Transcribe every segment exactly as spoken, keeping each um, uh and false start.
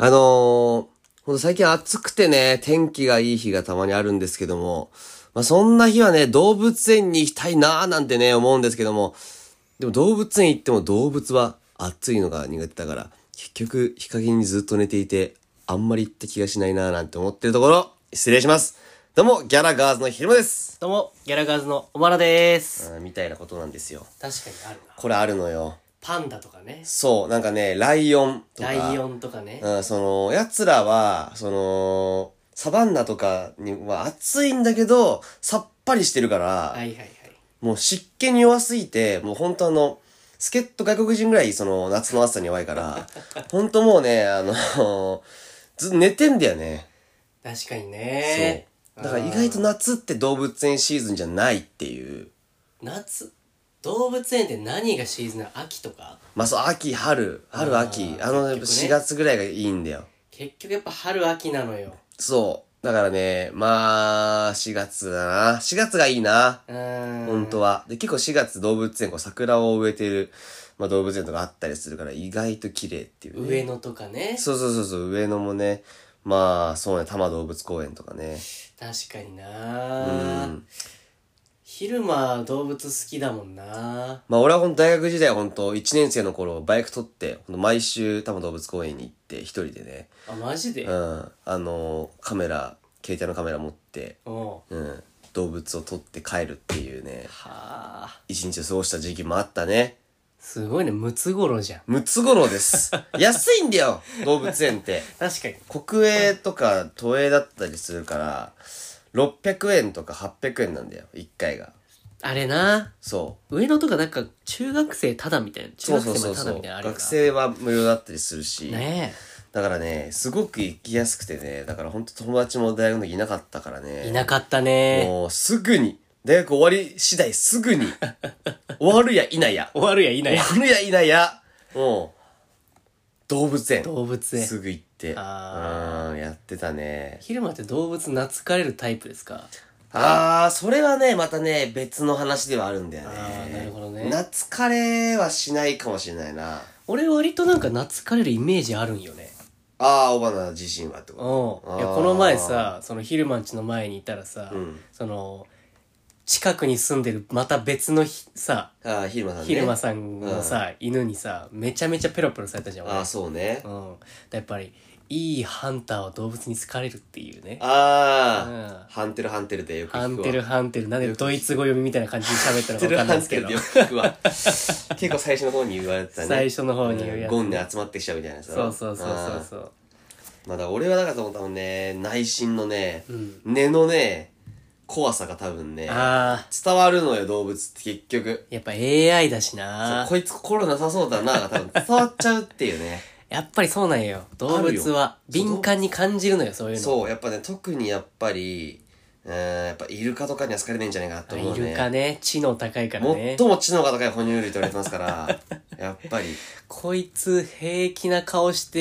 あのー、ほんと最近暑くてね、天気がいい日がたまにあるんですけども、まあ、そんな日はね、動物園に行きたいなーなんてね、思うんですけども、でも動物園行っても動物は暑いのが苦手だから、結局日陰にずっと寝ていて、あんまり行った気がしないなーなんて思ってるところ、失礼します。どうも、ギャラガーズのひるまです。 どうも、ギャラガーズのおまらでーす。 あーみたいなことなんですよ。 確かにあるな。 これあるのよ。 パンダとかね。 そう、なんかね、ライオンとか。 ライオンとかね。 うん、その、奴らは、その、サバンナとかには暑いんだけど、さっぱりしてるから、 はいはいはい。 もう湿気に弱すぎて、もう本当あの、助っ人外国人ぐらいその夏の暑さに弱いから、本当もうね、あの、ずっと寝てんだよね。 確かにね。 そう。だから意外と夏って動物園シーズンじゃないっていう。 夏動物園って何がシーズンなの？秋とか？ まあそう、秋、春、春、秋。あの、 結局ねしがつぐらいがいいんだよ。 結局やっぱ春秋なのよ。 そう。だからね、まあ、しがつだな。しがつがいいな。 うーん。 本当は。で、結構しがつ動物園、こう桜を植えてる、まあ動物園とかあったりするから意外と綺麗っていうね。 上野とかね。 そうそうそうそう、上野もね。まあ、そうね、多摩動物公園とかね。 確かになうー。 ん。 昼間動物好きだもんな。 まあ俺はほんと大学時代ほんといちねん生の頃バイク取って、ほんと毎週多摩動物公園に行って一人でね。 あ、マジで？ うん。あの、カメラ、携帯のカメラ持って、 おう。 うん。動物を撮って帰るっていうね。 はあ。 一日を過ごした時期もあったね。 すごいね、ムツゴロウじゃん。 ムツゴロウです。安いんだよ、動物園って。 確かに。 国営とか都営だったりするから、ろっぴゃくえんとかはっぴゃくえんなんだよ、いっかいが。 あれな。 そう。 上野とかなんか中学生ただみたいな。中そう学生までたそうそうそう。 だみたいなのあるよな。 学生は無料だったりするし。 ねだからね、すごく行きやすくてね、だからほんと友達も大学の時いなかったからね。 え。いなかったね。 もうすぐに、大学終わり次第すぐに、終わるや否や。 終わるやいなや。 終わるや否や、もう、動物園。 動物園。 すぐ行って。 あうん、やってたね。 昼間って動物懐かれるタイプですか？ あー、それはね、またね、別の話ではあるんだよね。 あーなるほどね懐かれはしないかもしれないな。 俺割となんか懐かれるイメージあるんよね。 あー、オバナ自身はってうん。 こと。 いや、この前さ、その昼間んちの前にいたらさ、 うんその、近くに住んでるまた別のひさ、 あー、昼間さんね。 昼間さんのさ、犬にさ、めちゃめちゃペロペロされたじゃん、俺。 あー、そうね。 うん。やっぱり、いいハンターは動物に好かれるっていうね。 あうんー、ハンテルハンテルでよく聞くわ。 ハンテルハンテル、なんでドイツ語読みみたいな感じで喋ったのかわかんないですけど。 ハンテルハンテルでよく聞くわ。結構最初の方に言われてたね。 最初の方に言うやつゴンで集まってきちゃうみたいなさ。 そうそうそうそうそう。 まだ俺はだから多分ね、内心のね、 うん根のね、怖さが多分ね、 あ伝わるのよ、動物って結局。 ー、やっぱ エーアイ だしそうな。 こいつ心なさそうだな、が多分伝わっちゃうっていうね。 やっぱりそうなんよ。動物は敏感に感じるのよ、そういうの。 そう、やっぱね、特にやっぱり、うーん、やっぱイルカとかには好かれないんじゃないかなと思うね。 イルカね、知能高いからね。 最も知能が高い哺乳類と言われてますから、やっぱり。 こいつ平気な顔して、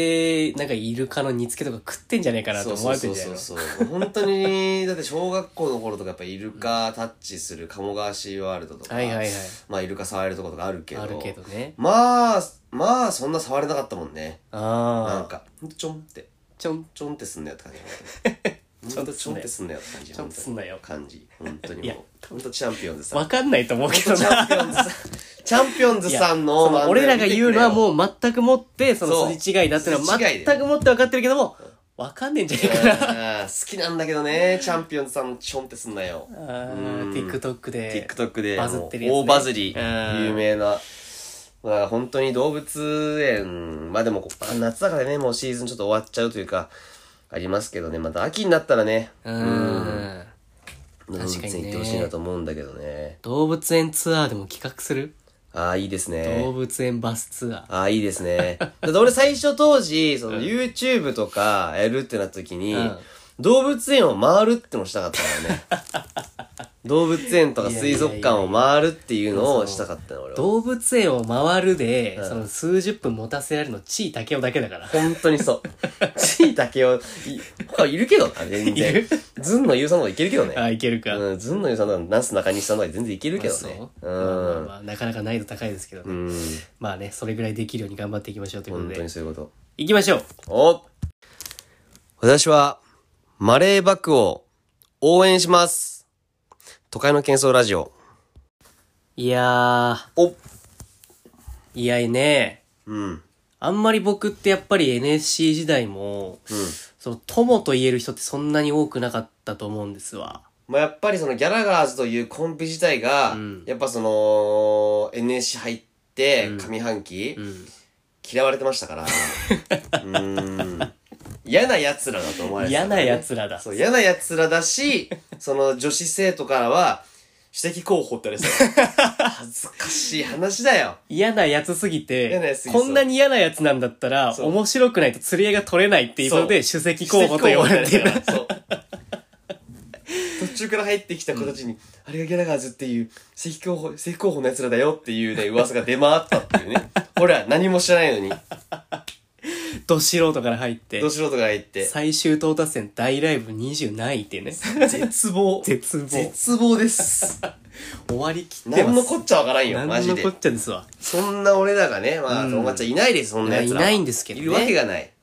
なんかイルカの煮付けとか食ってんじゃねえかなと思われてんじゃないの？ そうそうそうそう。本当に、だって小学校の頃とかやっぱイルカタッチする鴨川シーワールドとか、 はいはいはい。 まあイルカ触れるとことかあるけど、 あるけどね。 まあ、まあそんな触れなかったもんね。なんあか、ほんとちょんって、 ー。ちょん、 ちょんってすんなよって感じ。 ちほんとょんとすんなよちょんってすんなよって感じ。 ちょんとすんなよ感じ。本当にいやもう、ほんとチャンピオンズさん。 わかんないと思うけどチャな。 ンピオンズさん、チャンピオンズさんのその俺らが言うのはうもう全くもって、そのそう筋違いだってのは筋違いで全くもって分かってるけども、わかんねえんじゃねえかな。 好きなんだけどね、チャンピオンズさんのちょんってすんなよ。 あー TikTok で TikTok でバズってるやつね大バズり、 うん有名な。まあ本当に動物園、まあでも夏だからね、もうシーズンちょっと終わっちゃうというか、ありますけどね、また秋になったらね、 うーん。 動物園行ってほしいなと思うんだけどね。 動物園ツアーでも企画する？ ああ、いいですね。 動物園バスツアー。 ああ、いいですね。だって俺最初当時、その YouTube とかやるってなった時に、 うん動物園を回るってのをしたかったからね。動物園とか水族館を回るっていうのをしたかったの、俺は。 動物園を回るで、 うんその数十分持たせられるの地位竹雄だけだから。 本当にそう。ちいたけを、い他いるけどな、全い然る。 ずんのゆうさんとかいけるけどね。 あ、いけるか。 うん、ずんのゆうさんとか、ナス中西さんとか全然いけるけどね。 そうまあまあうん。 まあ、なかなか難易度高いですけどね。 うん。 まあね、それぐらいできるように頑張っていきましょうということで本当に。そういうこと。 いきましょう。 お私は、マレーバクを応援します。都会の喧騒ラジオ。 いやー。 おいやね。 うん。 あんまり僕ってやっぱり エヌエスシー 時代も、 うん。 その友と言える人ってそんなに多くなかったと思うんですわ。 まあ、やっぱりそのギャラガーズというコンビ自体が、うん、やっぱその エヌエスシー 入って上半期、うんうん、嫌われてましたから。うーん。嫌な奴らだと思われてた、ね。 嫌な奴らだ。 そう、嫌な奴らだし、その女子生徒からは、指摘候補って言われてた。恥ずかしい話だよ。 嫌な奴すぎて、 嫌な奴こんなに嫌な奴なんだったら、面白くないと釣り合いが取れないっていうので、首席候補と言われてる。そう。 途中から入ってきた子たちに、うん、あれがギャラガーズっていう、席候補、席候補の奴らだよっていうね、噂が出回ったっていうね。ほら、何も知らないのに。 ど素人から入って。 ど素人から入って。 最終到達点大ライブにじゅう何位っていうね。 絶望。 絶望。 絶望です。 終わりきってます。 何のこっちゃわからんよ、マジで。 何のこっちゃですわ。 そんな俺らがね、まあ、おばちゃんいないです、そんな奴ら。 いないんですけどね。 いるわけがない。 うん。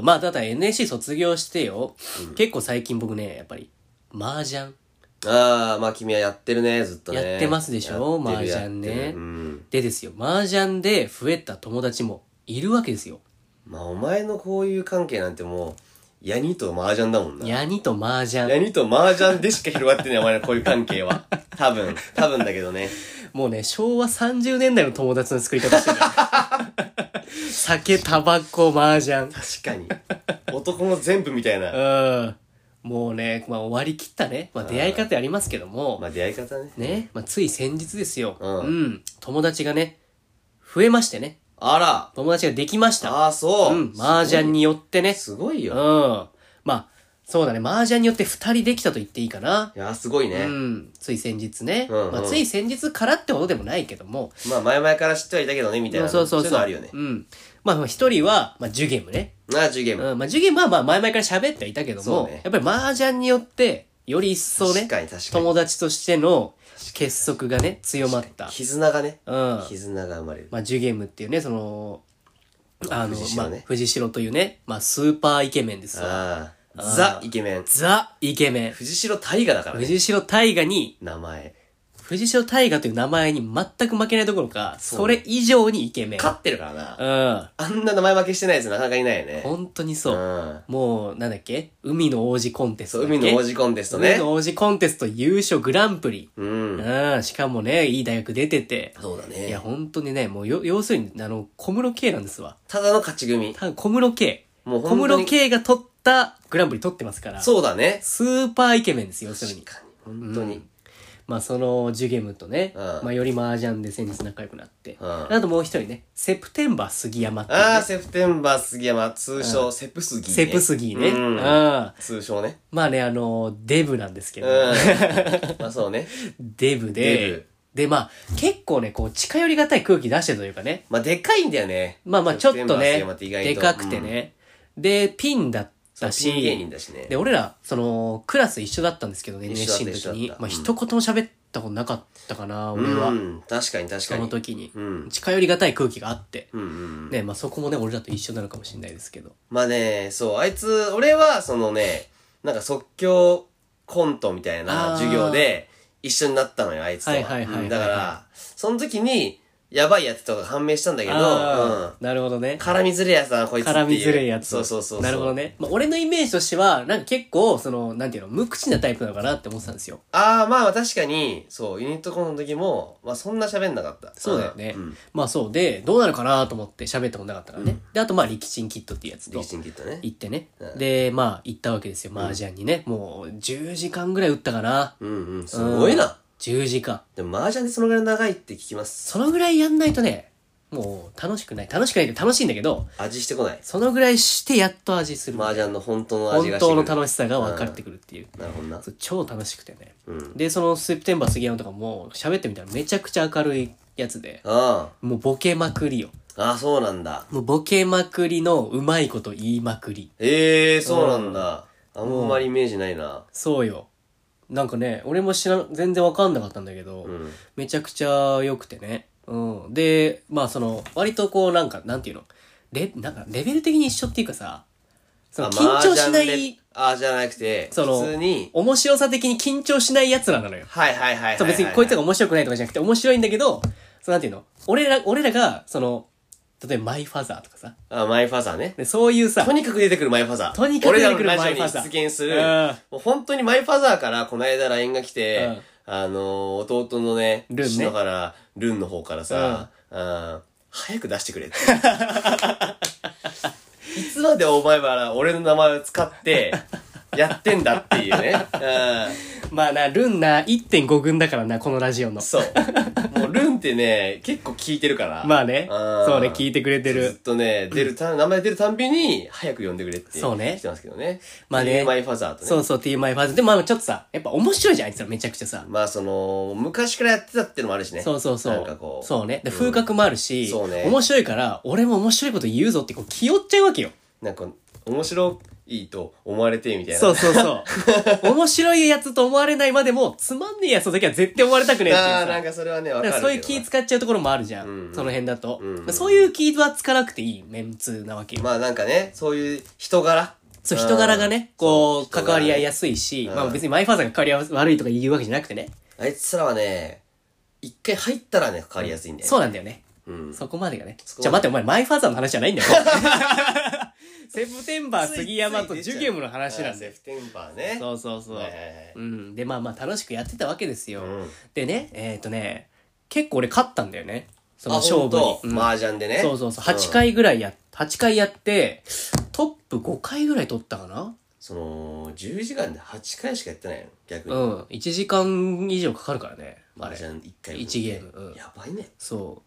まあ、ただ エヌエスシー 卒業してよ。うん、結構最近僕ね、やっぱり、麻雀。 ああ、まあ君はやってるね、ずっとね。 やってますでしょ、麻雀ね、うん。でですよ、麻雀で増えた友達もいるわけですよ。 まあお前のこういう関係なんてもう、ヤニと麻雀だもんな。 ヤニと麻雀。 ヤニと麻雀でしか広がってない、お前のこういう関係は。多分、多分だけどね。 もうね、しょうわさんじゅうねんだいの友達の作り方してるから。酒、タバコ、麻雀。 確かに。男の全部みたいな。 うん。もうね、まあ終わりきったね。まあ出会い方ありますけども。 まあ出会い方ね。 ね。まあつい先日ですよ。 うん。 うん。友達がね、増えましてね。 あら。 友達ができました。 ああ、そう。 うん。麻雀によってね。 すごいよ。 うん。まあ、そうだね。麻雀によって二人できたと言っていいかな。 いや、すごいね。 うん。つい先日ね。 うんうん、 まあつい先日からってことでもないけども。 まあ前々から知ってはいたけどね、みたいな。 そうそうそう。 そういうのあるよね。 うん。まあ一人は、まあジュゲムね。 ああ、ジュゲム。 うん。まあジュゲムはまあ前々から喋ってはいたけども、ね、やっぱり麻雀によって、より一層ね、 確かに確かに友達としての結束がね、強まった。 絆がね。 うん。 絆が生まれる。 まあジュゲムっていうね、その、あの、 藤代ね、 まあ、藤代というね、まあスーパーイケメンですわ。ああ。ザ・イケメン。 ザ・イケメン。 藤代大河だからね。 藤代大河に、 名前。 藤代大河という名前に全く負けないどころか、それ以上にイケメン。 勝ってるからな。 うん。 あんな名前負けしてないやつなかなかいないよね。 本当にそう。 うん、 もう、なんだっけ海の王子コンテスト。 そう、海の王子コンテストね。 海の王子コンテスト優勝グランプリ。 うん。 うん。しかもね、いい大学出てて。 そうだね。 いや、本当にね、もうよ、要するに、あの、小室圭なんですわ。 ただの勝ち組。 ただ小室圭。 もう小室圭が取ったグランプリ取ってますから。 そうだね。 スーパーイケメンですよ、要するに。 確かに。本当に。うん、 まあそのジュゲムとね、うん、まあより麻雀で先日仲良くなって、うん、あともう一人ね、セプテンバー杉山っていう、ね。 ああ、セプテンバー杉山、通称、うん、セプスギー、ね。 セプスギーね。 うん。あ通称ね。 まあね、あの、デブなんですけど。うん、 まあそうね。 デブで、デブで、まあ、結構ね、こう、近寄りがたい空気出してるというかね。 まあ、でかいんだよね。 まあまあ、ちょっとね、でかくてね。うん、で、ピンだだし、 芸人だしね。 で、俺ら、その、クラス一緒だったんですけどね、エヌエスシー の時に。まあ、一言も喋ったことなかったかな、俺は。 うん、確かに確かに。 その時に。 うん、 近寄りがたい空気があって。 うんうん、 ね、まあそこもね、俺らと一緒なのかもしれないですけど。 まあね、そう、あいつ、俺は、そのね、なんか即興コントみたいな授業で、一緒になったのよ、あいつとは。はいはいはい、はいうん。だから、その時に、やばいやつとか判明したんだけど、うん。 なるほどね。 絡みづれえやつだな、こいつっていう。 絡みづれえやつ。 そうそうそうそう。 なるほどね。まあ、俺のイメージとしては、なんか結構、その、なんていうの、無口なタイプなのかなって思ってたんですよ。 ああ、まあ確かに、そう、ユニットコントの時も、まあそんな喋んなかった。 そうだよね。うん、まあそうで、どうなるかなと思って喋ったことなかったからね。うん、で、あとまあ、力珍キットっていうやつと。 力珍キットね。 行ってね。うん、で、まあ、行ったわけですよ、麻雀にね。もう、じゅうじかんぐらい打ったかな。 うんうん、すごいな。うんじゅうじかん。 でも麻雀でそのぐらい長いって聞きます。 そのぐらいやんないとね、もう楽しくない。楽しくないけど楽しいんだけど、 味してこない。 そのぐらいしてやっと味する。 麻雀の本当の味がしてくる。本当の楽しさが分かってくるっていう。 うん、なるほどな。 超楽しくてね。 うん、 で、そのセプテンバー杉山とかも喋ってみたらめちゃくちゃ明るいやつで、 ああもうボケまくりよ。 ああ、そうなんだ。 もうボケまくりのうまいこと言いまくり。 ええー、そうなんだ。あんまりイメージないな。 そうよ。なんかね、俺も知らん、全然わかんなかったんだけど、うん、めちゃくちゃ良くてね。うん。で、まあその、割とこうなんか、なんていうのレ、なんかレベル的に一緒っていうかさ、 その緊張しない、 あ、じゃなくて、その、普通に、 面白さ的に緊張しない奴らなのよ。 はいはいはいはい、はい。 そう、別にこいつが面白くないとかじゃなくて面白いんだけど、そうなんていうの俺ら、俺らが、その、例えばマイファザーとかさ。 あ、マイファザーね。 でそういうさ、 とにかく出てくるマイファザー。 とにかく出てくるマイファザー。 俺らのラジオに出現する、もう本当にマイファザーからこの間 ライン が来て、うん、あのー、弟のね、 ルンね。 だから、ルンの方からさ、うん、あ早く出してくれって。いつまでお前は俺の名前を使って、やってんだっていうね。 うん、まあな、ルンな、いってんご 軍だからな、このラジオの。 そう。もうルンってね、結構聞いてるから。 まあね。そうね、聞いてくれてる。 ずっとね、出るた、名前出るたんびに、早く呼んでくれってそうね。 来てますけどね。 まあね。 ティーマイファザーとね。 そうそう、ティーマイファザー。で、まあちょっとさ、やっぱ面白いじゃん、あいつらめちゃくちゃさ。 まあその、昔からやってたってのもあるしね。 そうそうそう。 なんかこう。 そうね。で、風格もあるし、 そうね。 面白いから、俺も面白いこと言うぞってこう気負っちゃうわけよ。 なんか、面白いと思われてみたいな。 そうそうそう。面白いやつと思われないまでも、つまんねえやつの時は絶対思われたくねえっていうさ。 ああ、なんかそれはね、わかるけど。 そういう気使っちゃうところもあるじゃん。うんうん、その辺だと、うんうん。そういう気はつかなくていいメンツなわけよ。 まあなんかね、そういう人柄そう、人柄がね、こう、関わり合いやすいし、まあ別にマイファーザーが関わり悪いとか言うわけじゃなくてね。 あいつらはね、一回入ったらね、関わりやすいんだよね。 そうなんだよね。うん。そこまでがね。じゃあ待って、お前マイファーザーの話じゃないんだよ。セプテンバー杉山とジュゲムの話なんだよ。 セプテンバーね。 そうそうそう。うん。で、まあまあ楽しくやってたわけですよ。うん、でね、えっとね、結構俺勝ったんだよね。その勝負に。 うん、麻雀でね。 そうそうそう。はちかいぐらいや、はちかいやって、トップごかいぐらい取ったかな。 その、じゅうじかんではちかいしかやってないの逆に。 うん。いちじかん以上かかるからね。 麻雀いっかい。 いちゲーム。うん。 やばいね。 そう。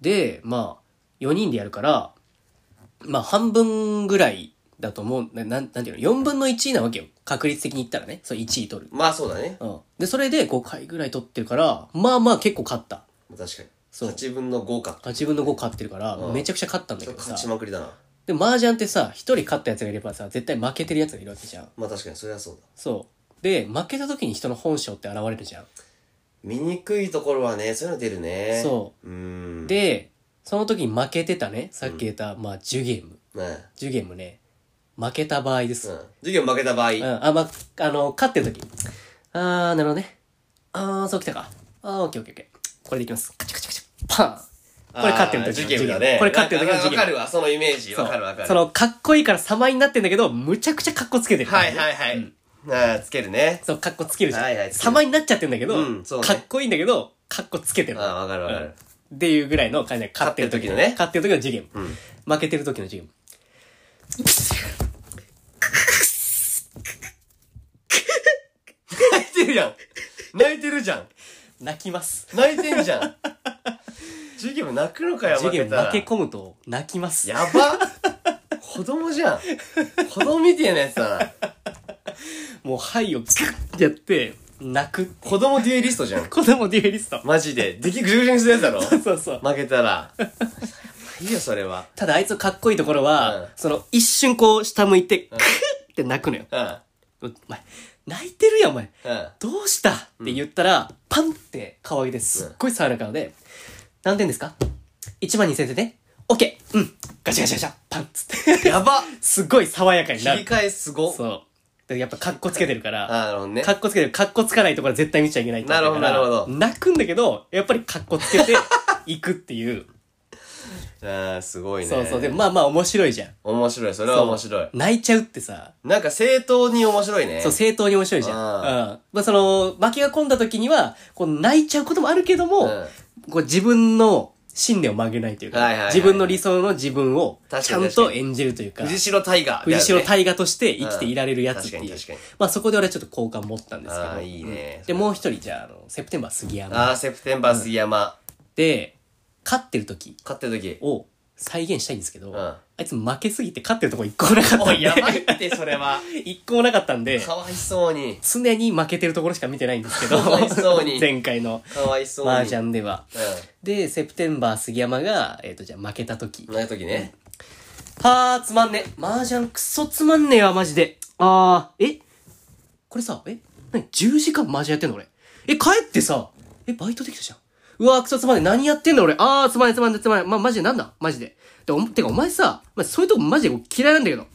で、まあ、よにんでやるから、まあ半分ぐらいだと思う。な、なんていうの ?よんぶんのいちなわけよ。確率的に言ったらね。そう、いちい取る。 まあそうだね。 うん。で、それでごかいぐらい取ってるから、まあまあ結構勝った。 確かに。そう。はちぶんのご勝った。 はちぶんのご勝ってるから、めちゃくちゃ勝ったんだけどさ。 勝ちまくりだな。 で、麻雀ってさ、一人勝ったやつがいればさ、絶対負けてるやつがいるわけじゃん。 まあ確かに、それはそうだ。 そう。で、負けた時に人の本性って現れるじゃん。 見にくいところはね、そういうの出るね。 そう。うん。で、その時に負けてたね、さっき言った、うん、まあ、じゅうゲーム。うん。じゅうゲームね、負けた場合です。うん。 じゅうゲーム負けた場合。うん。 あ、ま、あの、勝ってる時。あー、なるほどね。あー、そう来たか。あー、オッケーオッケーオッケー。これでいきます。カチカチカチ。パン。これ勝ってる時。 じゅうゲームだね。 これ勝ってる時のわかるわ、そのイメージ。わかるわかる。 その、かっこいいから様になってんだけど、むちゃくちゃかっこつけてる。 はいはいはい。うん。あー、つけるね。 そう、かっこつけるじゃん。はいはい。様になっちゃってんだけど、うん、そうね。かっこいいんだけど、かっこつけてる。 ああ、わかるわかる。 っていうぐらいの感じで、勝ってる時のね。勝ってる時の次元。うん。負けてる時の次元。 泣いてるやん。泣いてるじゃん。 泣きます。 泣いてんじゃん。次元も泣くのかよ、 負けたら。次元負け込むと泣きます。 やば。子供じゃん。子供みてえなやつだな。 もう、はいをキュッてやって、泣く。 子供デュエリストじゃん。 子供デュエリスト。 マジで。できぐじゅぐじゅにするやつだろ。 そうそうそう。 負けたら。いいよ、それは。 ただあいつかっこいいところは、うん、その一瞬こう下向いて、クーって泣くのよ。うん。お前、泣いてるやん、お前。うん。どうしたって言ったら、うん、パンって顔上げてすっごい爽やかなので、何点ですか ?いちまんにせんてんね。オッケー。うん。ガチャガチャガチャ。パンっつって。 やばすっごい爽やかになる。 切り替えすご。 そう。やっぱカッコつけてるから。 あ、なるほどね。 カッコつけてる。カッコつかないところは絶対見ちゃいけないってなるほど、なるほど。 泣くんだけど、やっぱりカッコつけていくっていう。 ああ、すごいね。 そうそう。でもまあまあ面白いじゃん。 面白い。それは面白い。 泣いちゃうってさ。 なんか正当に面白いね。 そう、正当に面白いじゃん。うん。まあその、負けが込んだ時には、こう泣いちゃうこともあるけども、うん、こう自分の、信念を曲げないというか、はいはいはいはい、自分の理想の自分をちゃんと演じるというか、 藤代大河、 ね、藤代大河として生きていられるやつっていう。うん、確かに確かに。まあそこで俺はちょっと好感持ったんですけど。 あいいね、 うん。で、もう一人じゃあ、あの、セプテンバー杉山。 ああ、セプテンバー杉山。うん、 で、勝ってる時。 勝ってる時。 を再現したいんですけど、うん、あいつ負けすぎて勝ってるとこ一個もなかったんで。 おい、やばいって、それは。 一個もなかったんで。 かわいそうに。 常に負けてるところしか見てないんですけど。 かわいそうに。 前回の。 かわいそうに。 麻雀では。うん、で、セプテンバー杉山が、えっ、ー、と、じゃあ負けた時。 負けた時ね。 はー、つまんね。麻雀くそつまんねえわ、マジで。あー、えこれさ、え何 ?じゅう 時間麻雀やってんの俺。え、帰ってさ、え、バイトできたじゃん。うわー、くそつまんねえ。何やってんの俺。あー、つまんねえ、つまんねえ、つまんねえ。ま、マジでなんだマジで。てか、てかお前さ、ま、そういうとこマジで嫌いなんだけど。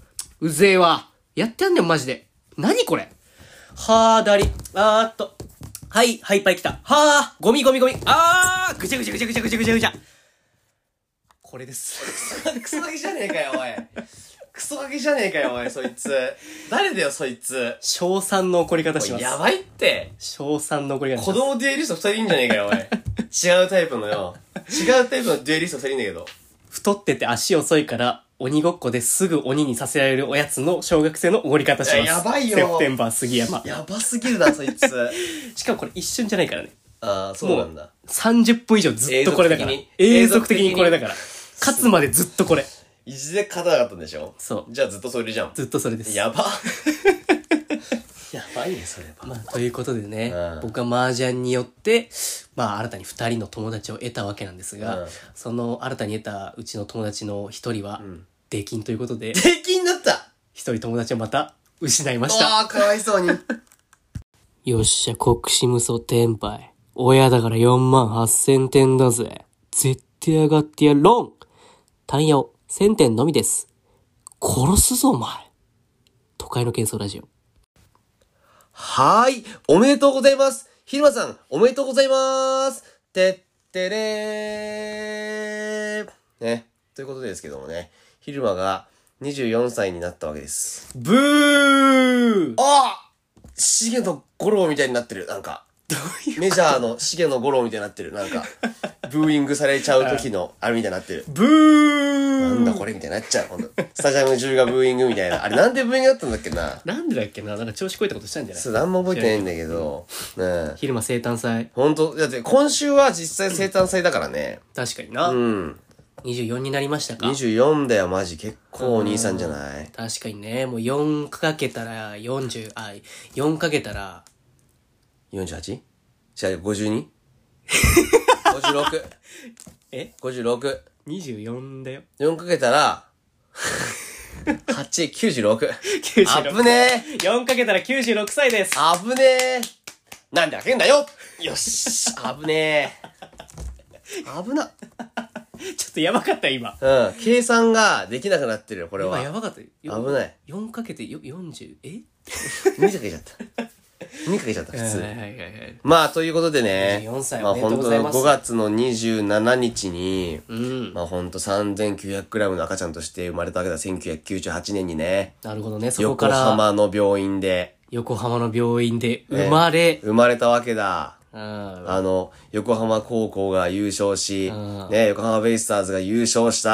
うぜえわ。やってやんねん、マジで。何これ。はーだり。あーっと。はい、ハイパイ来た。はー、ゴミゴミゴミ。あー、ぐちゃぐちゃぐちゃぐちゃぐちゃぐちゃぐちゃ。これです。 クソガキじゃねえかよ、おい。クソガキじゃねえかよ、おい、そいつ。誰だよ、そいつ。 小さんの怒り方します。 やばいって。 小さんの怒り方します。 子供デュエリスト二人いんじゃねえかよ、おい。違うタイプのよ。違うタイプのデュエリスト二人いんだけど。 太ってて足遅いから、鬼ごっこですぐ鬼にさせられるおやつの小学生の怒り方します。 やばいよ。 セプテンバー杉山。 やばすぎるな、そいつ。 しかもこれ一瞬じゃないからね。 ああ、そうなんだ。 さんじゅっぷん以上ずっとこれだから。永続的にこれだから。勝つまでずっとこれ。 意地で勝たなかったんでしょ？ そう。 じゃあずっとそれじゃん。 ずっとそれです。 やば。やばいね、それは。 まあ、ということでね、 うん、 僕は麻雀によって、まあ、新たに二人の友達を得たわけなんですが、うん、その新たに得たうちの友達の一人は、出禁ということで、 出禁になった！ 一人友達をまた失いました。 ああ、かわいそうに。 よっしゃ、国士無双天敗。親だからよんまんはっせんてんだぜ。絶対上がってやろん。単用、せんてんのみです。殺すぞ、お前。都会の喧騒ラジオ。 はーい。おめでとうございます。ひるまさん、おめでとうございます。てってれー。ね。ということですけどもね。ひるまがにじゅうよんさいになったわけです。 ブーあっシゲの五郎みたいになってる。なんか。 どういうメジャーのシゲの五郎みたいになってる。なんか。ブーイングされちゃう時の、あれみたいになってる。 ブーなんだこれみたいになっちゃう。ほんと。スタジアム中がブーイングみたいな。あれなんでブーイングだったんだっけな。 なんでだっけななんか調子こいたことしたんじゃない？ そう、あんま覚えてないんだけど。ねえ。 昼間生誕祭。 ほんと、だって今週は実際生誕祭だからね。 確かにな。 うん。 にじゅうよんになりましたか？ にじゅうよん だよ、マジ。結構お兄さんじゃない？ 確かにね。もうよんかけたらよんじゅう、あ、よんかけたらよんじゅうはち？ じゃあ ごじゅうに？ ごじゅうろく。 えごじゅうろく。 にじゅうよんだよ。 よんかけたら、はち、きゅうじゅうろく。 きゅうじゅうろく。 あぶねえ。よんかけたらきゅうじゅうろくさいです。 あぶねえ。なんで開けんだよよし。あぶねえ。あぶな。 ちょっとやばかった今。 うん。計算ができなくなってるよ、これは。 今やばかった。危ない。 よんかけてよんじゅう、えに かけちゃった。にかけちゃった、普通。 はいはいはいはい。 まあ、ということでね。 にじゅうよんさいまあ、 おめでとう本当のございます。 ごがつのにじゅうしちにちに、 うん。 まあ、ほんと さんぜんきゅうひゃくグラム の赤ちゃんとして生まれたわけだ。せんきゅうひゃくきゅうじゅうはちねんにね。 なるほどね。そこ横から。 浜の病院で。 横浜の病院で生まれ。 ね、生まれたわけだ。 うん、 あの、横浜高校が優勝し、 うん、 ね、横浜ベイスターズが優勝した、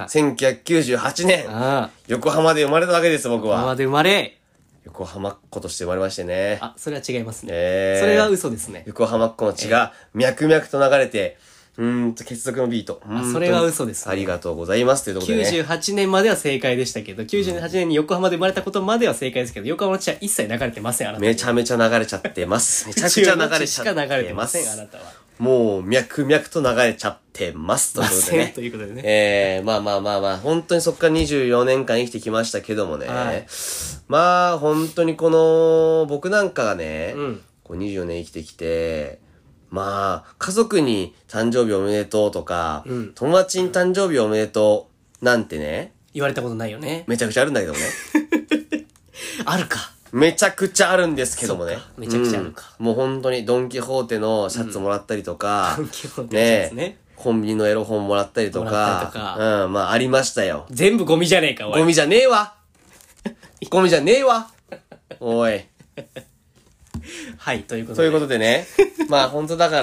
せんきゅうひゃくきゅうじゅうはちねん、うん、横浜で生まれたわけです、僕は。 横浜で生まれ。 横浜っ子として生まれましてね。 あ、それは違いますね。 えー、 それは嘘ですね。 横浜っ子の血が脈々と流れて、うーんと、結束のビート。 あ、それは嘘です、 ね。ありがとうございます。というところでね。 きゅうじゅうはちねんまでは正解でしたけど、きゅうじゅうはちねんに横浜で生まれたことまでは正解ですけど、横浜の血は一切流れてません、あなたは。 めちゃめちゃ流れちゃってます。めちゃくちゃ流れちゃってます。 しか流れてません、あなたは。 もう、脈々と流れちゃってます。ということでね。 ということでね。 えー、まあまあまあまあ、本当にそっからにじゅうよねんかん生きてきましたけどもね。はい、まあ、本当にこの、僕なんかがね、うん、こうにじゅうよねん生きてきて、まあ、家族に誕生日おめでとうとか、うん、友達に誕生日おめでとうなんてね。 言われたことないよね。 めちゃくちゃあるんだけどね。 あるか。 めちゃくちゃあるんですけどもね。 めちゃくちゃあるか、 うん。もう本当にドンキホーテのシャツもらったりとか、 うん、ドンキホーテのシャツね。ねコンビニのエロ本もらったりとか、もらったりとかうん、まあありましたよ。 全部ゴミじゃねえか、おい。 ゴミじゃねえわゴミじゃねえわおい。 はい、ということで。 ということでね。まあ本当だから、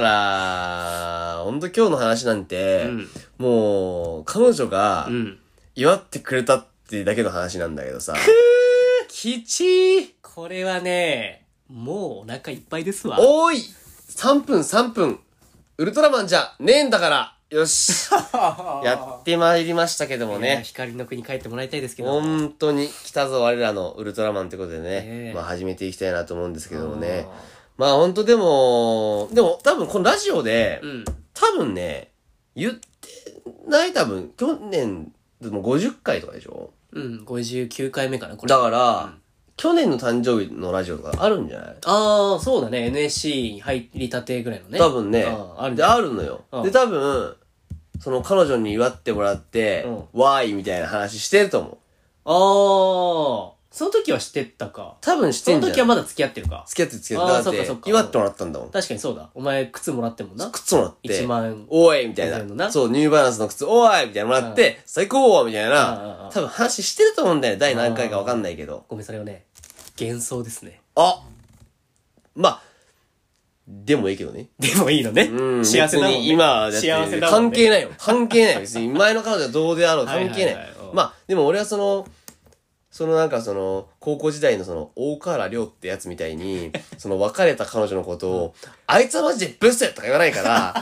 本当今日の話なんて、うん、もう、彼女が、祝ってくれたっていうだけの話なんだけどさ。くーきちーこれはね、もうお腹いっぱいですわ。 おーい !さんぷんさんぷんウルトラマンじゃねえんだからよしやってまいりましたけどもね。 光の国帰ってもらいたいですけど。 本当に来たぞ我らのウルトラマンってことでね。まあ始めていきたいなと思うんですけどもね。まあ本当でも、でも多分このラジオで、うん、多分ね、言ってない多分、去年、でもごじゅっかいとかでしょ？ うん、ごじゅうきゅうかいめかな、これ。 だから、うん、去年の誕生日のラジオとかあるんじゃない？ ああ、そうだね。エヌエスシー 入りたてぐらいのね。 多分ね。 ああるで、あるのよ。で、多分、その彼女に祝ってもらって、うん、わーいみたいな話してると思う。 あ時はしてたか。 多分してんじゃん。 その時はまだ付き合ってるか。 付き合って付き合って。 あーだってそっかそっか祝ってもらったんだもん。 確かにそうだ。お前靴もらってんもんな。 靴もらって。 いちまんえん。 おいみたいのなな。そう、ニューバランスの靴、おいみたいなもらって、最高みたいな。多分話してると思うんだよ。第何回かわかんないけど。 ごめん、それはね、幻想ですね。 あまあ、でもいいけどね。 でもいいのね。 うん。 幸せだもんね。 別に今、だって幸せだもんね。 関係ないよ。関係ないよ。別に前の彼女はどうであろう。関係ない。まあ、でも俺はその、そのなんかその、高校時代のその、大河原亮ってやつみたいに、その別れた彼女のことを、あいつはマジでブスとか言わないから、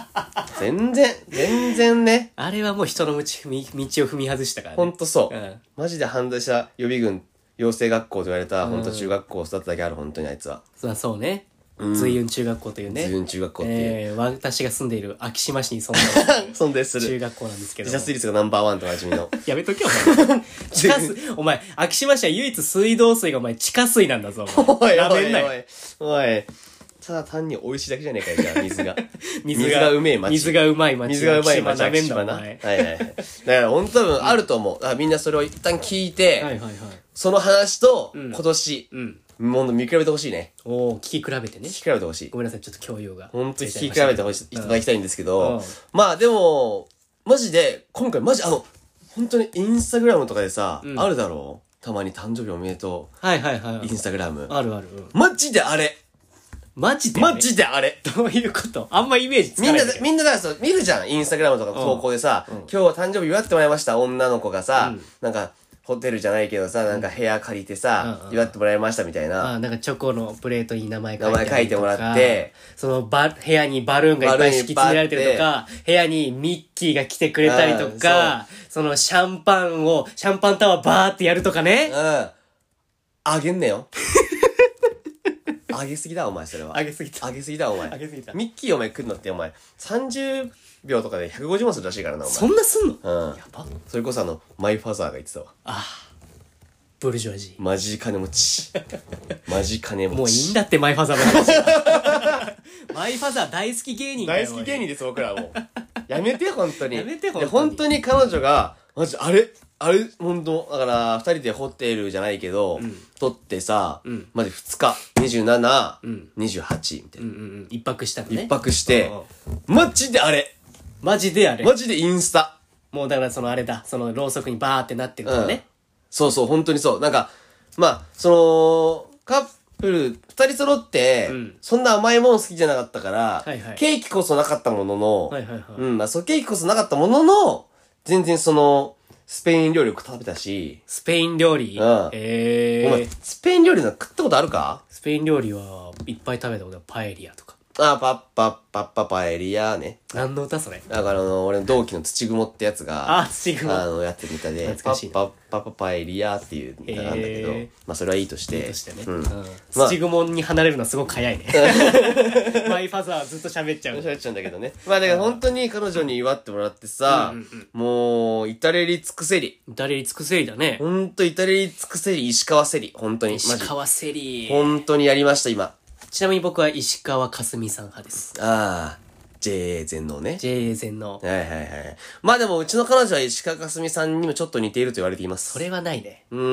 全然、全然ね。 あれはもう人の道踏み、道を踏み外したからね。 ほんとそう。 うん、 マジで反対した予備軍、養成学校と言われた、ほんと中学校を育っただけある、本当にあいつは。 そう、そうね。随雲中学校というね。 随雲中学校っていう。 えー、私が住んでいる昭島市に存在する。 存在する。 中学校なんですけど。 自殺率がナンバーワンとなじみの。 やめとけよ、お前。地下水、お前、昭島市は唯一水道水がお前地下水なんだぞ、お前。 おいなめんなよ。 おいおい。おい。ただ単に美味しいだけじゃねえかよ、じゃあ、水が。 水が、 水がうめえ町。 水がうまい町。 水がうまい町、 なめんな、おな。はい前。 はいはい。だから本当多分あると思う。あみんなそれを一旦聞いて、 はいはいはい。 その話と、今年、 うん。 もう見比べてほしいね。 おー、聞き比べてね。 聞き比べてほしい。 ごめんなさい、ちょっと共有が。 本当に聞き比べてほしい、いただきたいんですけうんど、まあでも、マジで、今回マジあの、本当にインスタグラムとかでさ、あるだろうたまに誕生日おめでとう。 はいはいはい。 インスタグラム。 あるある。 マジであれ。 マジでマジであれ。 どういうことあんまイメージつかないみんな、みんなだからそう、見るじゃん。インスタグラムとか投稿でさ、今日は誕生日祝ってもらいました女の子がさ、なんか、ホテルじゃないけどさ、なんか部屋借りてさ、祝ってもらいましたみたいな。 あ、なんかチョコのプレートに名前書いて名前書いてもらって、 そのバ、部屋にバルーンがいっぱい敷き詰められてるとか、部屋にミッキーが来てくれたりとか、そのシャンパンを、シャンパンタワーバーってやるとかね。 うん。あげんねよ。あげすぎだ、お前、それは。 あげすぎた。 あげすぎだ、お前。 あげすぎた。 ミッキーお前来るのって、お前、さんじゅうびょうとかでひゃくごじゅうまんするらしいからな、お前。 そんなすんのうん。 やば。 それこそあの、マイファザーが言ってたわ。 ああ。ブルジョワジー。 マジ金持ち。マジ金持ち。 もういいんだって、マイファザーの話。マイファザー大好き芸人だよ。 大好き芸人です、僕らはもう。やめて、本当に。 やめて、本当に。 本当に彼女が、マジ、あれあれ本当だから、二人でホテルじゃないけど、うん、撮ってさ、うん、マジ二日、にじゅうなな、うん、にじゅうはちみたいな。 うんうんうん。一泊したのね。 一泊して、マジであれマジであれマジでインスタ。 もうだからそのあれだ、そのろうそくにバーってなってるからね、うん。 そうそう、本当にそう。なんか、まあ、その、カップル、二人揃って、うん、そんな甘いもん好きじゃなかったから、はいはい、ケーキこそなかったものの、はいはいはい、うん、まあ、そう、ケーキこそなかったものの、全然その、スペイン料理を食べたし。 スペイン料理うん。 ええー。お前、スペイン料理の食ったことあるか？ スペイン料理はいっぱい食べたことある。パエリアとか。 あ、パッパッパッパパエリアね。 何の歌それ？ だからあの、俺の同期の土雲ってやつが、 あ、土雲。 あの、やってる歌で、パッパッパッパパエリアっていう歌なんだけど、まあそれはいいとして。いいとしてね。 うん。 土雲に離れるのはすごく早いね。マイファザーずっと喋っちゃう。 喋っちゃうんだけどね。まあだから本当に彼女に祝ってもらってさ、もう、至れり尽くせり。 至れり尽くせりだね。 ほんと至れり尽くせり、石川せり。本当に。 石川せり。 本当にやりました、今。 ちなみに僕は石川かすみさん派です。 ああ、ジェーエー 全能ね。 ジェーエー 全能。 はいはいはい。まあでもうちの彼女は石川かすみさんにもちょっと似ていると言われています。 それはないね。 うん。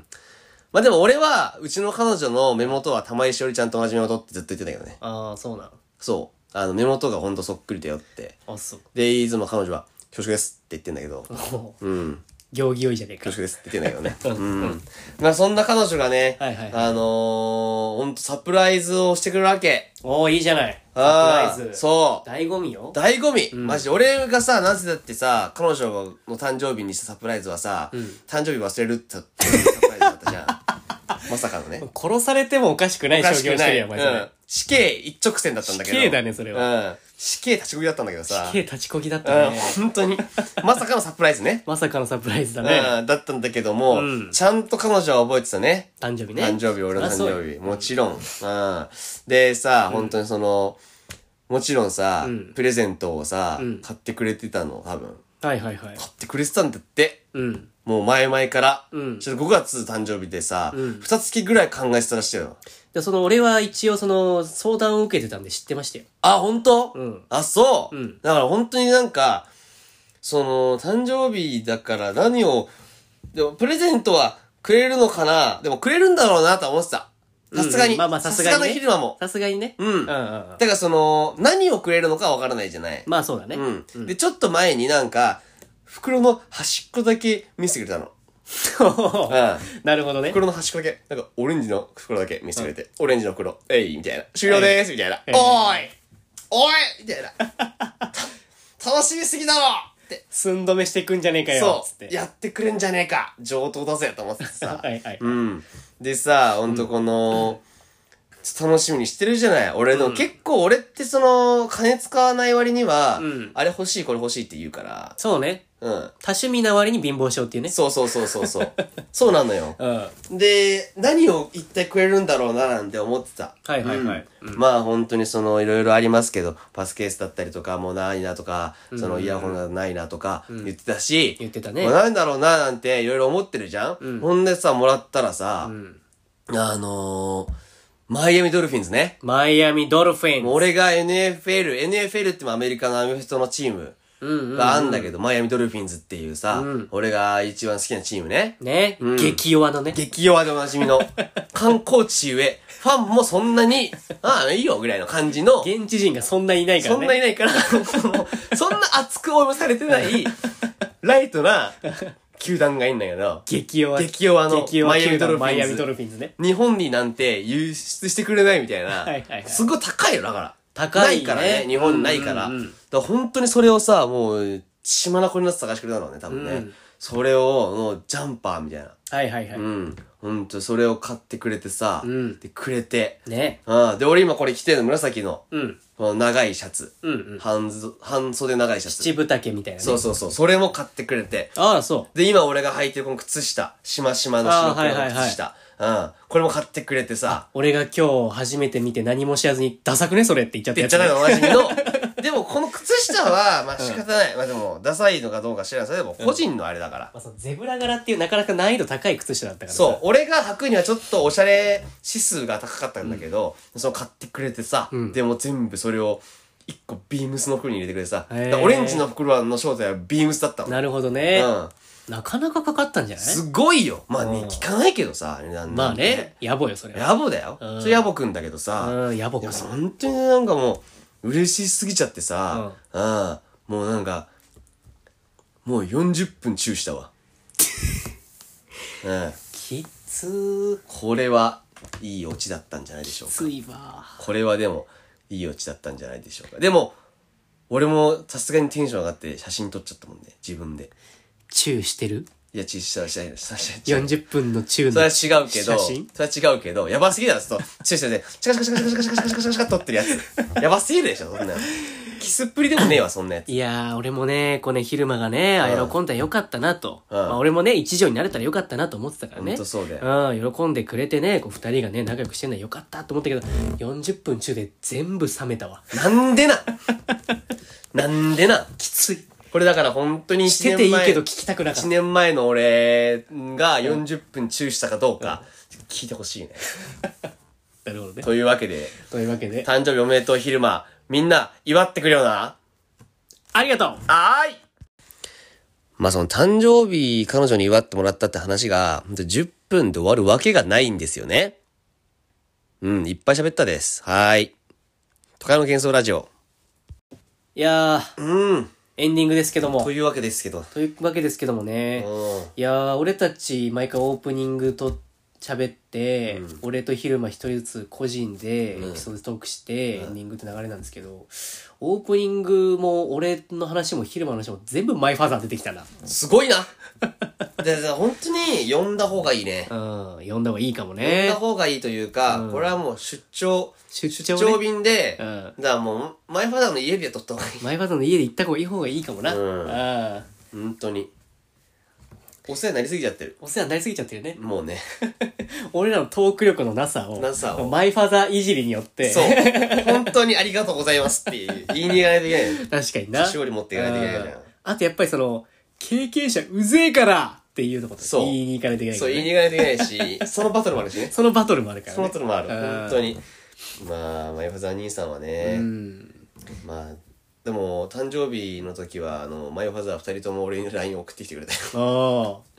まあでも俺は、うちの彼女の目元は玉井しおりちゃんと同じ目元ってずっと言ってたけどね。 ああ、そうなの。 そう。あの、目元がほんとそっくりだよって。 あ、そう。 で、いつも彼女は、恐縮ですって言ってんだけど。うん。 行儀良いじゃねえか。 恐縮ですって言ってんだけどね。うん。まあそんな彼女がね、はいはいはい、あのー、ほんとサプライズをしてくれるわけ。 おー、いいじゃない。 サプライズ。そう。 醍醐味よ。 醍醐味。うん、マジで。俺がさ、なぜだってさ、彼女の誕生日にしたサプライズはさ、うん、誕生日忘れるってサプライズだったじゃん。まさかのね。 殺されてもおかしくない商業してるやん、お前それ。うん。 死刑一直線だったんだけど。 死刑だね、それは。 うん。死刑立ちこぎだったんだけどさ。 死刑立ちこぎだったね。 うん、本当に。まさかのサプライズね。 まさかのサプライズだね。 うん、だったんだけども、うん、ちゃんと彼女は覚えてたね。 誕生日ね。 誕生日、俺の誕生日。もちろん。うん。でさ、うん、本当にその、もちろんさ、うん、プレゼントをさ、うん、買ってくれてたの、多分。 はいはいはい。 買ってくれてたんだって。うん。もう前々から、うん、ちょっとごがつ誕生日でさ、うん、ふたつきぐらい考えてたらしいよ。 で、その、俺は一応その、相談を受けてたんで知ってましたよ。 あ、本当？ うん。 あ、そう、 うん、 だから本当になんか、その、誕生日だから何を、でもプレゼントはくれるのかな。でもくれるんだろうなとは思ってた。さすがに。 うん、まあまあさすがに、ね。 さすがの昼間も。 さすがにね。 うん。うん。だうんうん。 からその、何をくれるのかわからないじゃない。 まあそうだね。 うん。 うん、 で、ちょっと前になんか、袋の端っこだけ見せてくれたの。 うん。なるほどね。 袋の端っこだけ。なんか、オレンジの袋だけ見せてくれて。うん、オレンジの袋。えいみたいな。終了でーすみたいな。おーいおいみたいな。楽しみすぎだろって。 寸止めしてくんじゃねえかよ。 そう。やってくれんじゃねえか。上等だぜと思ってさ。 はいはい。 うん。でさ、ほんとこの、うん、楽しみにしてるじゃない。俺の、うん、結構俺ってその、金使わない割には、うん、あれ欲しいこれ欲しいって言うから。 そうね。うん。多趣味な割に貧乏症っていうね。 そうそうそうそうそう。そうなのよ。うん。で、何を言ってくれるんだろうななんて思ってた。 はいはいはい。 うんうん、まあ本当にそのいろいろありますけど、パスケースだったりとかもうないなとか、そのイヤホンがないなとか言ってたし、 うん、言ってたね。 まあなんだろうななんていろいろ思ってるじゃん、うん、ほんでさ、もらったらさ、うん、あのー、マイアミドルフィンズね。 マイアミドルフィンズ。 俺が エヌエフエル、エヌエフエル ってもアメリカのアメフトのチーム。があんだけど、うんうんうん、マイアミドルフィンズっていうさ、うん、俺が一番好きなチームね。 ね、うん、激弱のね。 激弱でおなじみの、観光地ゆえ、ファンもそんなに、ああ、いいよぐらいの感じの。 現地人がそんないないからね。 そんないないから、そんな熱く応援されてない、ライトな、球団がいいんだけど、 激弱。 激弱のマイアミドルフィンズ。マイアミドルフィンズね。 日本になんて輸出してくれないみたいな、はいはいはい、すごい高いよ、だから。 高い、ね、 ないからね。日本ないから。うんうんうん、だから本当にそれをさ、もう、血眼になって探してくれたのね、多分ね。うん、それを、もう、ジャンパーみたいな。 はいはいはい。うん。 ほんと、それを買ってくれてさ、うん、で、くれて。 ね。 うん。で、俺今これ着てるの紫の、うん。この長いシャツ。 うんうん。 半、半袖長いシャツ。 七分丈みたいなね。 そうそうそう。それも買ってくれて。 ああ、そう。 で、今俺が履いてるこの靴下。しましまの白黒の靴下。はいはいはいうん。これも買ってくれてさ。 俺が今日初めて見て何も知らずに、ダサくねそれって言っちゃったやつ、ね。言っちゃったの、おなじみの。でも、この靴下は、まあ仕方ない。うん、まあでも、ダサいのかどうか知らない。それでも、個人のあれだから。うん、 まあそのゼブラ柄っていうなかなか難易度高い靴下だったから。 そう。俺が履くにはちょっとおしゃれ指数が高かったんだけど、うん、その買ってくれてさ、うん、でも全部それを、一個ビームスの袋に入れてくれてさ、オレンジの袋の正体はビームスだったの。 なるほどね。うん。なかなかかかったんじゃない？ すごいよ。まあね、聞かないけどさ、ね、 まあね、野暮よ、それは。 野暮だよ。それ野暮くんだけどさ、 うん、野暮くん。 本当になんかもう、嬉しすぎちゃってさ、うん、もうなんか、もうよんじゅっぷんチューしたわ。うん。 きつー。 これは、いいオチだったんじゃないでしょうか。 きついわ。 これはでも、いいオチだったんじゃないでしょうか。でも、俺もさすがにテンション上がって写真撮っちゃったもんね、自分で。 チューしてる？ いや、チューしたらしたいです。 よんじゅっぷんのチューのそれは違うけど、それは違うけど、やばすぎだろ、ちょっと、チューしてね、チカチカチカチカチカチカチカチカチカチカ撮ってるやつ。やばすぎるでしょ、そんなの。キスっぷりでもねえわ、そんなやつ。 いやー、俺もね、こうね、昼間がね、あ、喜んだらよかったなと。うん、まあ、俺もね、一条になれたらよかったなと思ってたからね。 ほんとそうだよ。 うん、喜んでくれてね、こう二人がね、仲良くしてんのはよかったと思ったけど、よんじゅっぷん中で全部冷めたわ。 なんでななんでなきつい。 これだから本当にいちねんまえ。 してていいけど聞きたくなかった。 いちねんまえの俺がよんじゅっぷんチューしたかどうか、聞いてほしいね。 なるほどね。 というわけで。 というわけで。 誕生日おめでとう昼間、みんな祝ってくれよな。 ありがとう。 はーい。まあその誕生日彼女に祝ってもらったって話が、じゅっぷんで終わるわけがないんですよね。うん、いっぱい喋ったです。はーい。都会の幻想ラジオ。 いやー、うん。 エンディングですけども。 というわけですけど。 というわけですけどもね。いやー、俺たち毎回オープニングと喋って、うん、俺と昼間一人ずつ個人でエピソードトークして、うん、エンディングって流れなんですけど、オープニングも俺の話も昼間の話も全部マイファザー出てきたな。 すごいなで本当に呼んだ方がいいね。 うん、呼んだ方がいいかもね。 呼んだ方がいいというか、うん、これはもう出張、 出張、ね、 出張便で、うん、だからもう、マイファザーの家で撮った方がいい。 マイファザーの家で行った方がいい方がいいかもな。うん。 あ本当に。お世話になりすぎちゃってる。 お世話になりすぎちゃってるね。 もうね。 俺らのトーク力のなさを、 なさをマイファザーいじりによって。 そう。本当にありがとうございますって言いに行かないといけない。 確かにな。 勝利持っていかないといけないじゃん。 あとやっぱりその、経験者うぜえからっていうところ言いに行かないといけない、 ね。そう、言いに行かないといけないし、そのバトルもあるしね。 そのバトルもあるからね。 そのバトルもある。本当に。まあ、マイファザー兄さんはね、うん、まあ、でも、誕生日の時は、あの、マイファザー二人とも俺に ライン 送ってきてくれたよ。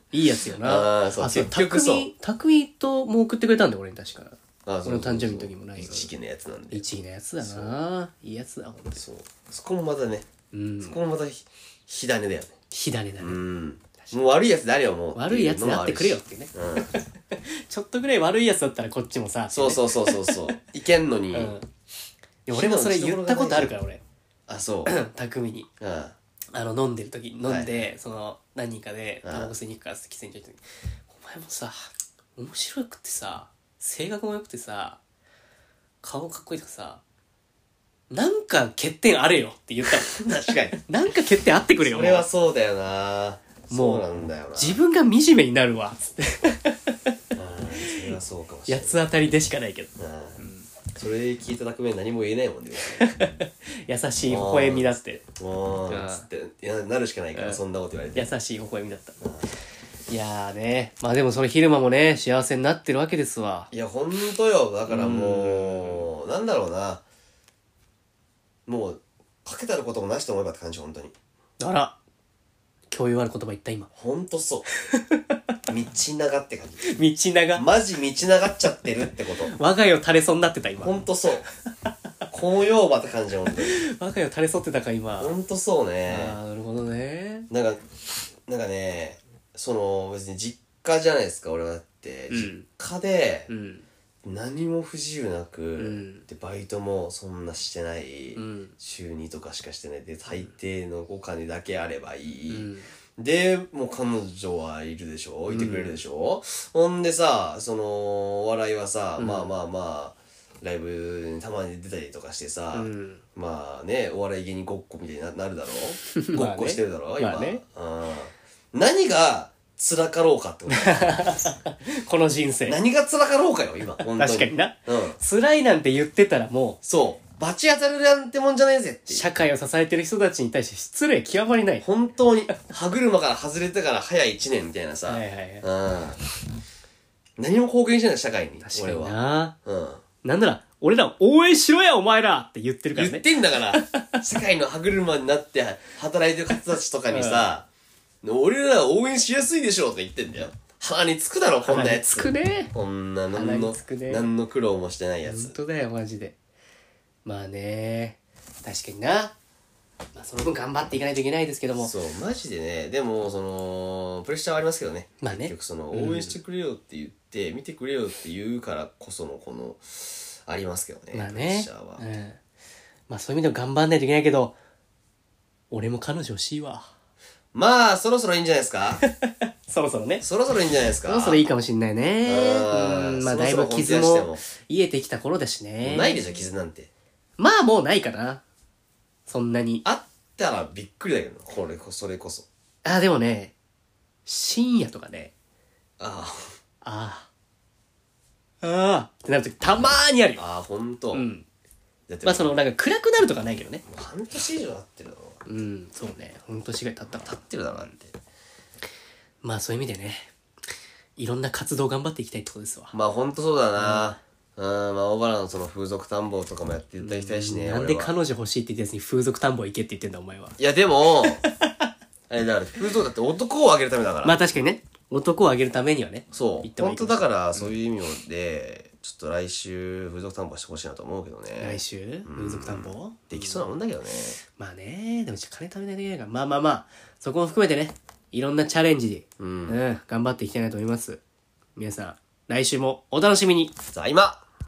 いいやつよな。 あーそうそう、 結局そう匠、匠とも送ってくれたんだよ、俺に確か。 あそうそうそう俺の誕生日の時もない一時期のやつなんで。 一位のやつだな。いいやつだ、ほんとに。 そう。そこもまたね、 うん。 そこもまたひ火種だよね。 火種だね。 うん。もう悪いやつであれよ、もう。 悪いやつであってくれよっていうね。 うん。 ちょっとぐらい悪いやつだったらこっちもさ。 そうそうそうそうそう。いけんのに。 うん。で俺もそれ言ったことあるから、俺。 あ、そう。 匠に。 うん。 あの、飲んでる時、飲んはで、その、何人かで、タバコ吸いに行くから、喫煙所行った時に、お前もさ、面白くてさ、性格も良くてさ、顔かっこいいとかさ、なんか欠点あれよって言ったの。 確かに。 なんか欠点あってくれよ。 それはそうだよな。 もうそうなんだよな。 自分が惨めになるわ、つって。 うんそれはそうかもしれない。 八つ当たりでしかないけど。 うんそれ聞いた匠は何も言えないもんね。 優しい微笑みだって。 もう、 うんつって、いや、なるしかないから、 うんそんなこと言われて。 優しい微笑みだった。いやーね。まあでもそれ昼間もね、幸せになってるわけですわ。 いや、ほんとよ。だからもう、なんだろうな。もう、かけたることもなしと思えばって感じ、ほんとに。 あら。共有ある言葉言った今。 ほんとそう。道長って感じ。 道長。 マジ道長っちゃってるってこと。 我が家を垂れそうになってた今。 ほんとそう。紅葉場って感じ、ほんとに。 我が家を垂れそうってたか今。 ほんとそうね。 ああ、なるほどね。 なんか、なんかね、その、別に実家じゃないですか、俺はだって。 うん実家で、 うん。 何も不自由なく、 んでバイトもそんなしてない、 うん週にとかしかしてないで大抵のお金だけあればいい、 うんでもう彼女はいるでしょいてくれるでしょ、ほんでさそのお笑いはさ、 うんまあまあまあライブにたまに出たりとかしてさ、 うんまあねお笑い芸人ごっこみたいにななるだろうごまあねっこしてるだろう、今、 まあねうん、何が辛かろうかってことこの人生。 何が辛かろうかよ今本当に確かにな。 うん辛いなんて言ってたらもそう。バチ当たるなんてもんじゃねえぜってう、 いう。 社会を支えてる人たちに対して失礼極まりない。 本当に、歯車から外れてから早い一年みたいなさ。 はいはいはいうん。何も貢献してない、社会に。 確かに俺は。 な。 うん。 なんなら、俺ら応援しろやお前らって言ってるからね。 言ってんだから、社会の歯車になって働いてる方たちとかにさ、俺らは応援しやすいでしょとか言ってんだよ。鼻につくだろ、こんなやつ。 鼻につくね。 こんな、な鼻んのにつくね、 何の苦労もしてないや本つ。 当だよ、マジで。まあね。確かにな。まあその分頑張っていかないといけないですけども。 そう、マジでね、でも、その、プレッシャーはありますけどね。 まあね結局その、応援してくれよって言って、見てくれよって言うからこその、この、ありますけどね。 まあプレッねシャーは。。 うん。まあそういう意味でも頑張んないといけないけど、俺も彼女欲しいわ。 まあ、そろそろいいんじゃないですかそろそろね。 そろそろいいんじゃないですかそろそろいいかもしんないね。 うんうん。まあだいぶ傷もそろそろ本気出癒えてきた頃だしね。 ないでしょ、傷なんて。 まあもうないかな。そんなに。 あったらびっくりだけど、これこ、それこそ。 あ、でもね、深夜とかね、 あああ、ああってなるときたまーにあるよ。 あ、ああ、ほんと。 うん。 だってまあそのなんか暗くなるとかないけどね。 もう半年以上経ってるだろ。 うん、そうね。半年ぐらい経ったから。 経ってるだろ、だって。 まあそういう意味でね、いろんな活動頑張っていきたいってことですわ。 まあほんとそうだな。うん、まあ大原のその風俗探訪とかもやっていただきたいしね。 なんで俺は彼女欲しいって言ったやつに風俗探訪行けって言ってんだお前は。 いやでも、あれだから風俗だって男をあげるためだから。 まあ確かにね、男をあげるためにはね。 そう。 言ってもい本当いかもしれないだからそういう意味で、ちょっと来週風俗探訪してほしいなと思うけどね。 来週風俗探訪できそうなもんだけどね。 まあね、でもちょっと金貯めないといけないから、まあまあまあ、そこも含めてね、いろんなチャレンジで、 うんうん、頑張っていきたいなと思います。皆さん、来週もお楽しみに。 さあ今